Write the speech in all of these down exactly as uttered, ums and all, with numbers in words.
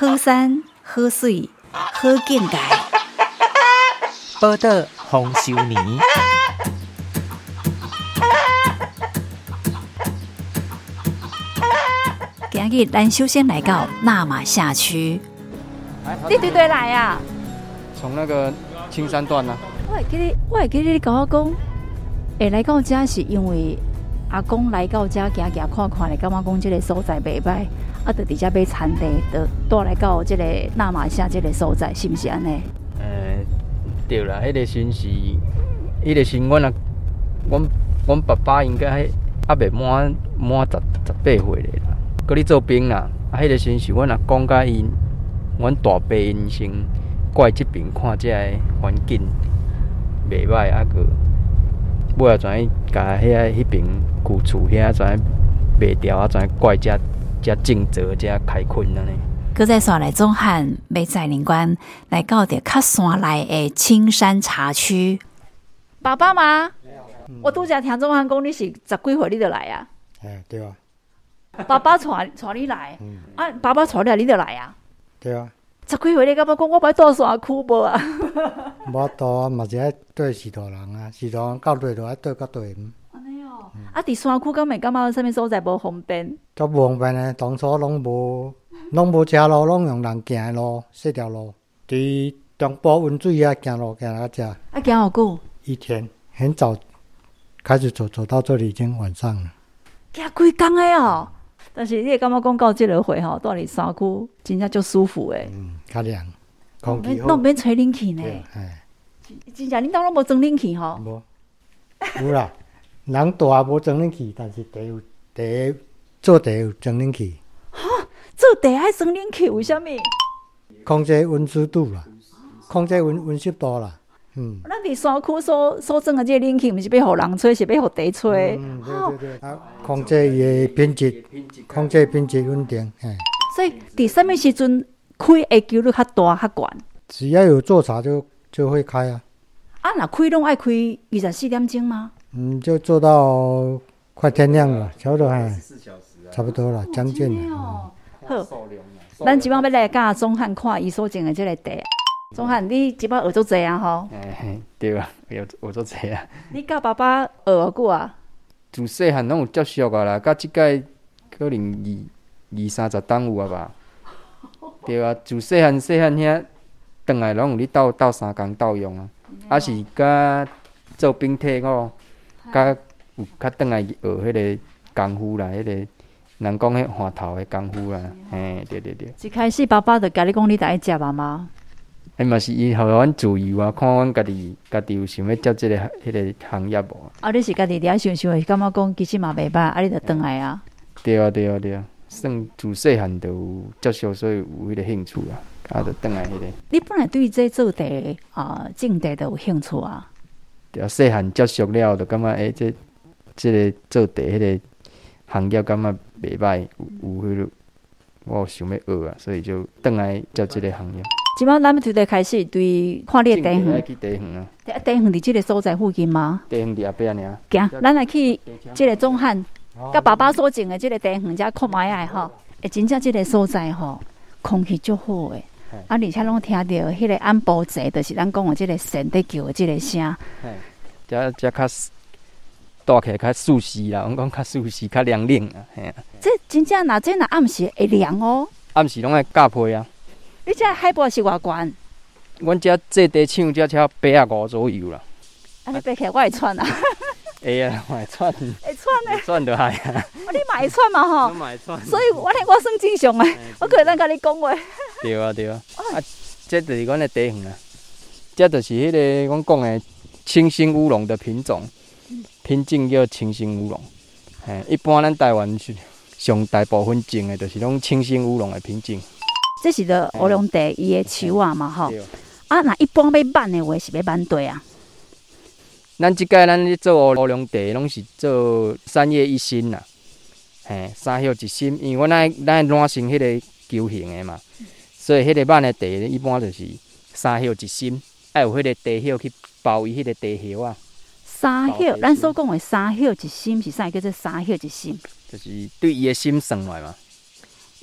好山好水好境界， 报道丰收年。 今日咱首先来到纳马夏区。你对对来啊？ 从那个青山段啊。 我会记得，我会记得你跟我讲，会来到这是因为阿公来到这行行看看咧，感觉讲这个所在袂歹，啊，就直接买田地，就带来到这个纳马夏这个所在，是不是安尼？ 诶、对啦，迄、那个时是，迄、那个时阮啊，阮阮爸爸应该还未满满十十八岁咧啦，搁咧做兵啦。啊，迄、那个时是阮阿公甲因，阮大伯因先过来这边看这个环境袂歹，啊个尾啊转去甲遐迄边旧厝遐转卖掉，啊转过来遮遮种植遮开垦安尼。 搁再刷来中汉要载领官来到着较山内的青山茶区。爸爸吗？嗯、我拄则听中汉讲你是十几岁你就来啊？ 哎，对啊。 爸爸带带你来，嗯、啊，爸爸带你来你就来啊？ 对啊。 十几岁你敢要讲我要住山区无啊？ 无住啊，嘛是爱对石头人啊，石头人到底就爱对到对。 安尼哦，嗯、啊，伫山区敢会感觉有啥物所在无方便？ 足无方便呢，当初拢无。拢无车路，拢用人行的路，细条路。伫中部温水遐行路行到遮。 啊，行偌久？ 一天，很早开始走，走到这里已经晚上了。 行几工的哦？但是你会感觉讲到这个岁吼，住伫山区真正足舒服诶。 嗯，较凉，空气好。 拢免吹冷气呢。 哎， 真正恁兜拢无装冷气吼？ 无，有啦。人大无装冷气，但是地有地做地有装冷气。 哈，做地爱装冷气，为什么？ 控制温湿度啦，控制温温湿度啦。嗯。 咱伫山区所所装的这个冷气，毋是要互人吹，是要互地吹。 嗯，对对对。啊，控制伊的品质，控制品质稳定。嘿。 所以，伫什么时阵开会球率较大较悬？ 只要有做茶就就会开啊。 啊，那开拢爱开二十四点钟吗？ 嗯，就做到快天亮了，差不多哎。差不多了，将近了。 哦嗯、好，咱即摆要来教钟汉看伊所种的这个地。钟汉，你即摆学足济啊？吼。 哎，对啊，学学足济啊。 你教爸爸学偌久啊？ 自细汉拢有接触啊啦，到即届可能二二三十档有啊吧。对啊，自细汉细汉遐，转来拢有咧斗斗相共斗用啊，啊是甲做兵体哦，甲有较转来学迄个功夫啦，迄、那个。人讲迄换头的功夫啦，嘿，对对对。 一开始爸爸就甲你讲，你得食妈妈。 迄嘛是伊互阮自由啊，看阮家己家己有想要接即、这个迄、那个行业无。 啊，你是家己伫遐想想，感觉讲其实嘛袂歹，啊，你就转来啊。 对啊对啊对啊，算自细汉就有接受，所以有迄个兴趣啊，啊，就转来迄、那个。 你本来对这做地啊、呃、种地都有兴趣啊？ 对啊，细汉接触了，就感觉诶，这即、这个做地迄个行业感觉。袂歹，有有迄、那个，我有想要学啊，所以就转来接即个行业。 即摆咱要从头开始，对看你的地园。 去地园啊。 地园伫即个所在附近吗？ 地园伫后壁尔。 行，咱来去即个钟汉，甲爸爸所种的即个地园，遮看卖下吼，会真正即个所在吼，空气足好诶。啊，而且拢听到迄个安保节，就是咱讲的即个神在叫的即个声。 遮遮较。住起来较舒适啦，阮讲较舒适、较凉冷啊，嘿啊。 这真正若这若暗时会凉哦。 暗时拢爱加被啊。 你这海拔是偌悬？ 阮遮坐地抢遮才八啊五左右啦。 啊，你爬起来我会喘啊。 会啊，我会喘。 会喘诶。 喘就系啊。 你嘛会喘嘛吼？ 我嘛会喘。 所以我听我算正常诶，我可能甲你讲话。 对啊对啊，啊，这就是阮的地园啊。这就是迄个阮讲的清新乌龙的品种。品种叫清新乌龙，嘿，一般咱台湾是上大部分种的，就是拢清新乌龙的品种。 这是个乌龙地伊的树啊嘛吼。啊，那一般要挽的话是要挽地啊。 咱即届咱咧做乌龙地，拢是做三叶一心啦，嘿，三叶一心，因为阮爱咱染成迄个球形的嘛，所以迄个挽的地一般就是三叶一心，爱有迄个地叶去包伊迄个地叶啊。 三叶，咱所讲的三叶一心是啥？叫做三叶一心， 就是对伊的心算来嘛。伊的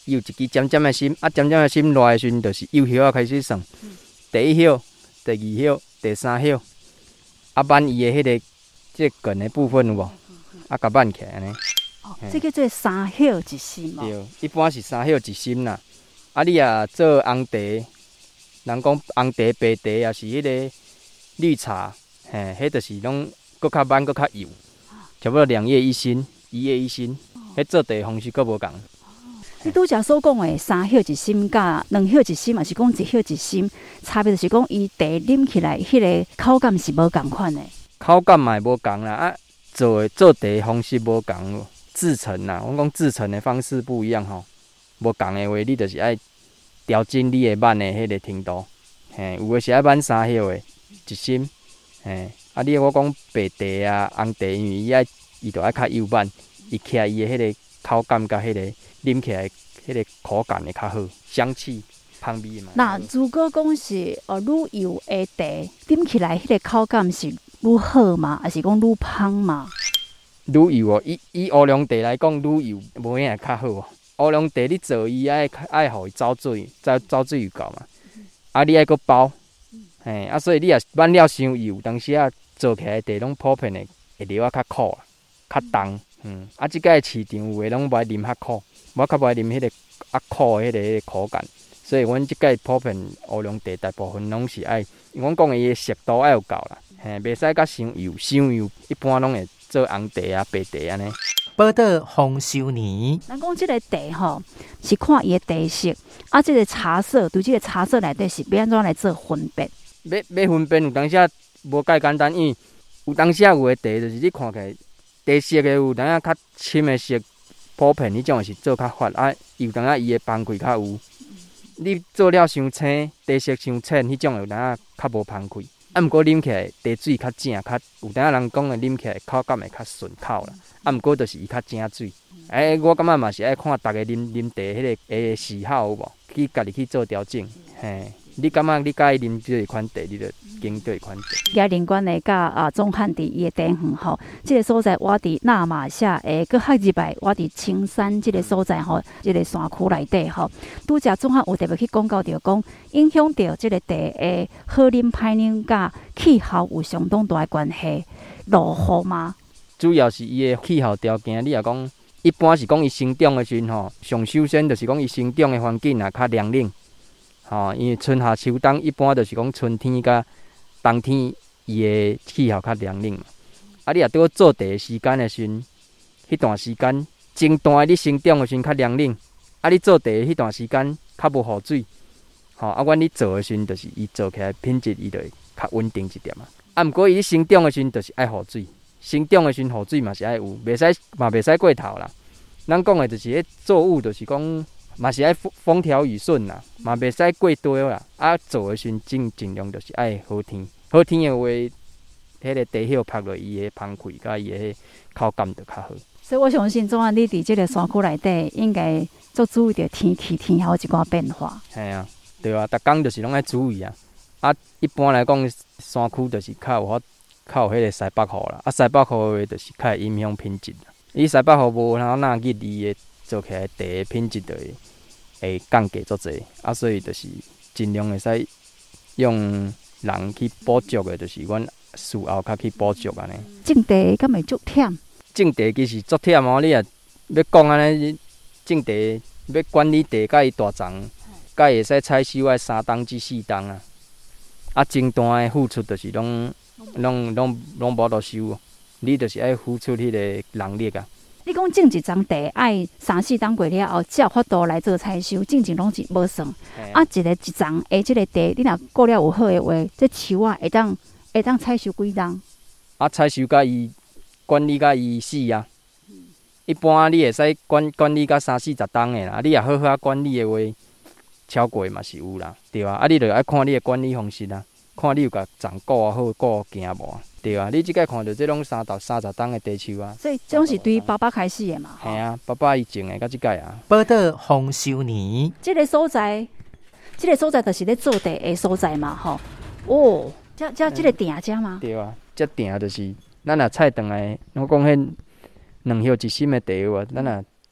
有一支尖尖的心，啊尖尖的心落的时阵，就是幼叶啊开始算，第一叶、第二叶、第三叶，啊挽伊的迄、那个即、这根的部分有无？啊，甲挽起来安尼。 哦，这叫做三叶一心哦。 对，一般是三叶一心啦。啊，你啊做红茶，人讲红茶、白茶，也是迄个绿茶，嘿，迄就是拢搁较挽、搁较幼，差不多两叶一心，一叶一心，迄做茶方式搁无共。 你拄则所讲的三叶一心，甲两叶一心，也是讲一叶一心，差别就是讲伊茶啉起来，迄个口感是无共款的。 口感嘛无共啦，啊，做的做茶方式无共，制成啦，我讲制成的方式不一样吼，无共的话，你就是爱调整你的挽的迄个程度，嘿，有的是爱挽三叶的一心，嘿，啊，你我讲白茶啊、红茶，因为伊爱伊就爱较幼挽，伊起来伊的迄个口感甲迄个啉起来迄个口感会较好，香气、香味嘛。 那如果讲是呃愈幼的茶，啉起来迄个口感是愈好嘛，还是讲愈香嘛？ 愈幼哦，以以乌龙茶来讲，愈幼无影会较好哦。乌龙茶你做伊爱爱互伊走水，走走水有够嘛。啊，你爱搁包，嘿，啊，所以你若挽了伤幼，当时啊做起来茶拢普遍的会流啊较苦啊，较重，嗯，啊，即个市场有诶拢无爱啉较苦，我较无爱啉迄个啊苦诶迄个迄个口感，所以阮即个普遍乌龙茶大部分拢是爱，因为阮讲伊诶熟度爱有够啦，嘿，袂使甲伤幼，伤幼一般拢会做红茶啊、白茶安尼。 报道丰收年， 咱讲即个茶吼，是看伊的茶色，啊，即、这个茶色，对即个茶色内底是要安怎来做分别？ 要要分辨有当时啊无介简单，因为有当时啊有诶茶就是你看起来茶色诶有当时较深诶色，普遍迄种是做较发啊，有当时伊诶芳气较有。你做了伤青，茶色伤浅，迄种有当时较无芳气。啊，毋过啉起来茶水较正，较有当时人讲诶啉起来口感会较顺口啦。啊，毋过就是伊较正水。哎、欸，我感觉嘛是爱看逐个啉啉茶迄个诶喜好有无，去家己去做调整。嘿，你感觉你介意啉这一款茶，你就拣这一款茶。 嘉陵关的甲啊钟汉伫伊的茶园吼，即、这个所在我伫纳马夏诶，搁较入来我伫青山即个所在吼，即、这个山区内底吼，拄则钟汉有特别去讲到着讲，影响到即个茶诶好啉歹啉，甲气候有相当大的关系。落雨吗？ 主要是伊的气候条件，你若讲一般是讲伊生长的时阵吼，上首先就是讲伊生长的环境啊较凉冷，吼，因为春夏秋冬一般就是讲春天甲冬天伊的气候较凉冷嘛。啊，你若拄做茶的时间的时阵，迄段时间前段你生长的时阵较凉冷，啊，你做茶迄段时间较无雨水，吼，啊，阮你做的时阵就是伊做起来品质伊就会较稳定一点嘛。啊，毋过伊生长的时阵就是爱雨水。生长的时阵，雨水嘛是爱有，袂使嘛袂使过头啦。咱讲的就是迄作物，就是讲嘛是爱风调雨顺啦，嘛袂使过多啦。啊，做的时阵尽尽量就是爱好天，好天的话，迄个茶叶拍落伊的芳气，甲伊的口感就较好。 所以我相信，总啊，你伫即个山区内底，应该足注意着天气、天候一寡变化。 系啊，对啊，逐工就是拢爱注意啊。啊，一般来讲，山区就是较有法。较有迄个西北雨啦，啊西北雨的话，就是较会影响品质啦。伊西北雨无哪哪日，伊的做起来茶的品质就会会降低足侪，啊所以就是尽量会使用人去补足的，就是阮事后较去补足安尼。 种茶敢会足忝？ 种茶其实足忝哦，你若要讲安尼，种茶要管理茶甲伊大丛，甲伊会使采收爱三冬至四冬啊，啊前段的付出就是拢。拢拢拢无得收，你就是爱付出迄个人力啊。 你讲种一丛茶爱三四冬过了后，才有法度来做采收，种种拢是无算。啊，一个一丛诶，即个茶，你若过了有好诶话，这树啊会当会当采收几冬？ 啊，采收甲伊管理甲伊死啊。一般你会使管管理甲三四十冬诶啦，你若好好管理诶话，超过嘛是有啦，对啊。啊，你著爱看你诶管理方式啦。看你有甲长顾啊好，顾行无啊？对啊，你即摆看到这种三到三十冬的茶树啊。 所以这种是对爸爸开始的嘛？ 系啊，爸爸伊种的，到即摆啊。 报道丰收年， 这个所在，这个所在就是咧做茶的所在嘛，吼。哦，这这这个店家吗？ 对啊，这店就是咱若菜顿来，我讲迄两叶一心的茶有啊，咱若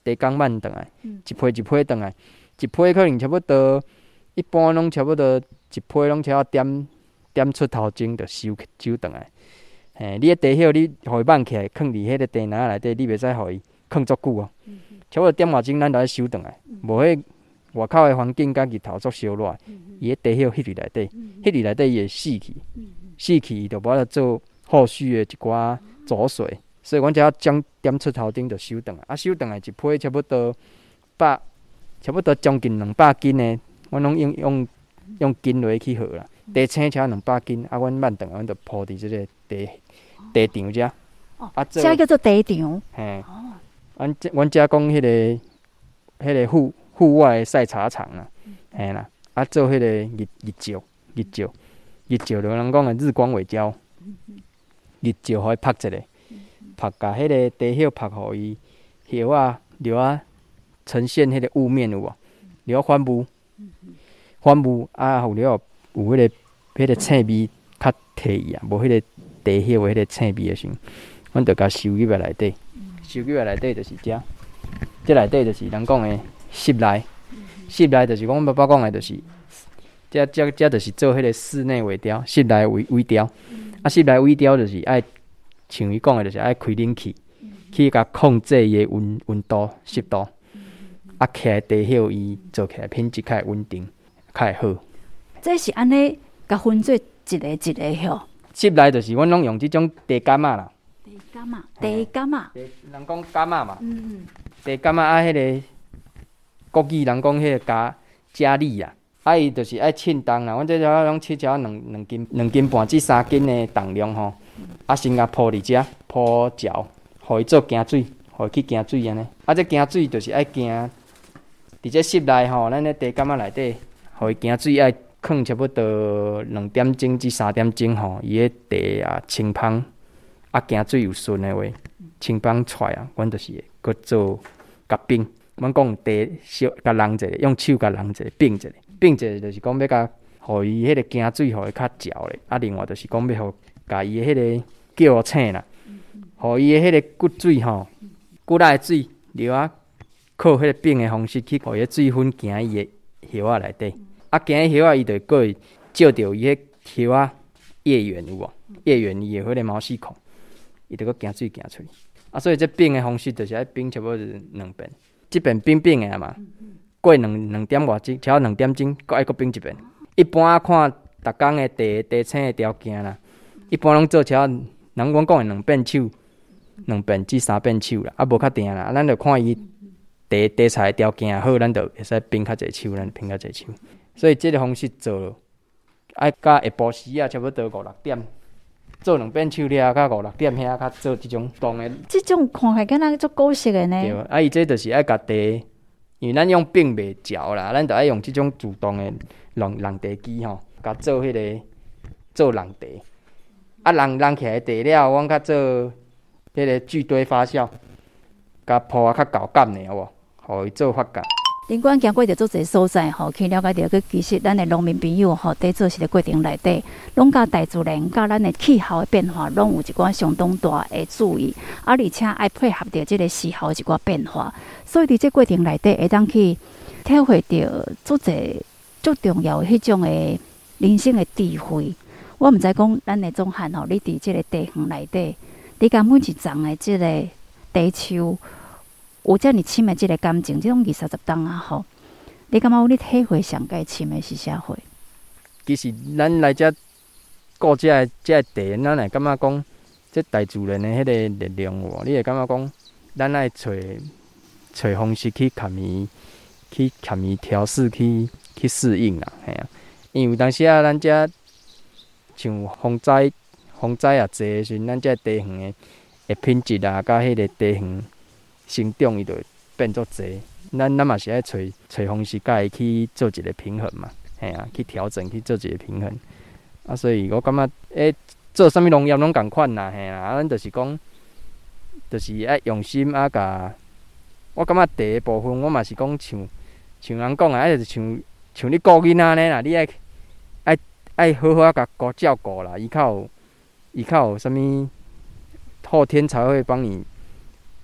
地缸慢转来， 嗯一批一批转来，一批可能差不多，一般拢差不多一批拢差不多点点出头前就收收转来。嘿，你个地叶你互伊放起来，放伫迄个地篮内底，你袂使互伊放足久哦。 嗯差不多点外钟，咱就爱收转来，无迄外口的环境甲日头足烧热，伊个地叶翕伫内底，翕伫内底伊会死去，死去伊就无法度做后续的一寡走水，所以阮只要将点出头顶就收转来，啊收转来一批差不多百，差不多将近两百斤的，阮拢用用用斤落去号啦，地青差两百斤，啊阮慢转来，阮就铺伫即个地地场遮， 哦， 啊做这叫做地场。 嘿， 哦， 阮这阮遮讲迄个迄个户户外的晒茶场啦，嘿啦，啊做迄个日日照日照日照，就人讲的日光尾胶，日照互伊晒一下，晒甲迄个地叶晒互伊叶啊留啊呈现迄个雾面有无？留反雾，反雾啊，有了有迄个迄个青味较摕伊啊，无迄个地叶的迄个青味的时候，阮就甲收入来内底。收入来内底就是遮，这内底就是人讲的室内，室内就是讲阮爸爸讲的，就是遮遮遮就是做迄个室内微调，室内微微调。啊，室内微调就是爱像伊讲的，就是爱开冷气，去甲控制伊的温温度、湿度。啊，起来地叶伊做起来品质较会稳定，较会好。 这是安尼，甲分做一个一个吼。 室内就是阮拢用即种地柑仔啦。 地柑啊，地柑啊。 地人讲柑仔嘛， 嗯地柑仔啊，迄个国语人讲迄个加加力啊，啊伊就是爱称重啦。阮这条拢切条两两斤两斤半至三斤的重量吼，啊先甲铺伫遮铺条，互伊做惊水，互伊去惊水安尼。啊这惊水就是爱惊，伫这室内吼，咱咧地柑仔内底，互伊惊水爱放差不多两点钟至三点钟吼，伊个地啊清芳。啊，行水有顺的话，清芳出来啊，阮就是会搁做甲冰。阮讲地小甲烘一下，用手甲烘一下，冰一下，冰一下就是讲要甲，互伊迄个行水，互伊较嚼咧。啊，另外就是讲要互甲伊的迄个叫醒啦，互伊的迄个骨水吼，骨内水流啊，靠迄个冰的方式去，互伊的水分行伊的叶仔内底。啊，行迄叶仔伊就过会照着伊迄叶仔叶缘有无？叶缘伊的迄个毛细孔。伊就搁行水行出去，啊，所以这冰的方式就是爱冰差不多两遍，即遍冰冰的嘛，过两两点外钟，超两点钟，搁爱搁冰一遍。一般看逐工的地地青的条件啦，一般拢做超，人阮讲的两遍手，两遍至三遍手啦，啊无较定啦，咱就看伊地地材条件好，咱就会使冰较侪手，咱冰较侪手。所以这个方式做，爱到下晡时啊，差不多五六点。做两遍手了，到五六点遐，较做即种冻的。 这种看起来敢若足古色的呢。 对，啊，伊这就是爱甲地，因为咱用冰袂嚼啦，咱就爱用即种自动的烘烘地机吼，甲做迄、那个做烘地。啊，烘烘起来地了，阮甲做迄个聚堆发酵，甲铺啊较厚感的，有无？互伊做发酵。 林管行过着足侪所在吼，去了解着个其实咱的农民朋友吼，在做事的过程内底，拢甲大自然、甲咱的气候的变化，拢有一寡相当大的注意，啊，而且爱配合着即个时候的一寡变化，所以伫这过程内底会当去体会着足侪足重要的迄种的人生的智慧。我毋知讲咱的总汉吼，你伫即个地方内底，你甲每一丛的即个地树。有遮尔深的即个感情，即种二三十档啊吼，你感觉你体会上该深的是啥货？ 其实咱来遮顾遮个遮个地，咱会感觉讲，即大自然的迄个力量喎，你会感觉讲，咱爱找找方式去含伊，去含伊调试，去去适应啦，嘿啊。因为有当时啊，咱遮像风灾风灾也济的时阵，咱遮地形的的品质啊，甲迄个地形。生长伊就会变作济，咱咱嘛是爱找找方式，甲伊去做一个平衡嘛，嘿啊，去调整去做一个平衡。啊，所以我感觉，诶、欸，做啥物农业拢共款啦，嘿啊，咱就是讲，就是爱用心啊，甲我感觉第一部分，我嘛是讲像像人讲啊，爱就是像像你顾囡仔呢啦，你爱爱爱好好啊，甲顾照顾啦，伊较有伊较有啥物后天才会帮你。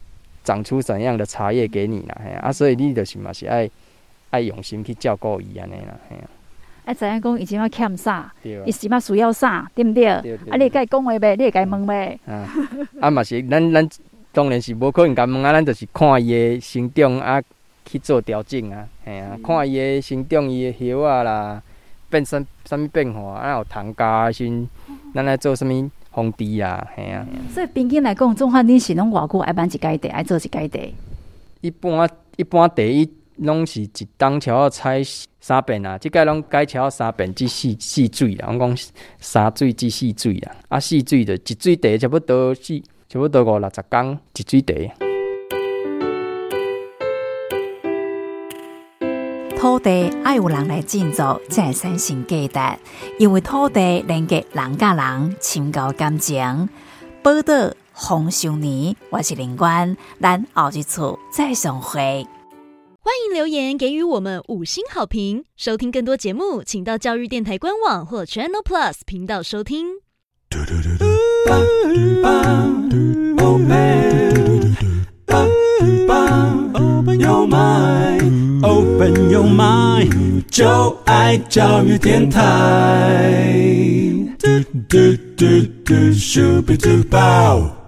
长出怎样的茶叶给你啦，嘿啊，所以你就是嘛是爱爱用心去照顾伊安尼啦，嘿啊。 啊，知影讲伊即马欠啥， 伊即马需要啥，对毋对？ 对对啊，你会甲伊讲话袂？你会甲伊问袂？ 啊，啊嘛是，咱咱当然是无可能甲问啊，咱就是看伊的成长啊，去做调整啊，嘿啊，看伊的成长，伊的叶啊啦，变啥啥物变化，啊有糖加时，咱来做啥物防治啊，嘿啊。 所以平均来讲，总饭店是拢偌久爱办一届地，爱做一届地。 一般一般第一拢是一冬超采三遍啊，即届拢改超三遍至四四水啦，我讲三水至四水啦，啊四水就一水地差不多四差不多五六十工一水地。 土地爱有人来建造，才会产生价值。因为土地连接人甲人深厚感情。宝岛丰收年，我是林冠，咱后一次再相会。 欢迎留言给予我们五星好评。收听更多节目，请到教育电台官网或 Channel Plus 频道收听。Open your mind, open your mind， 就爱教育电台。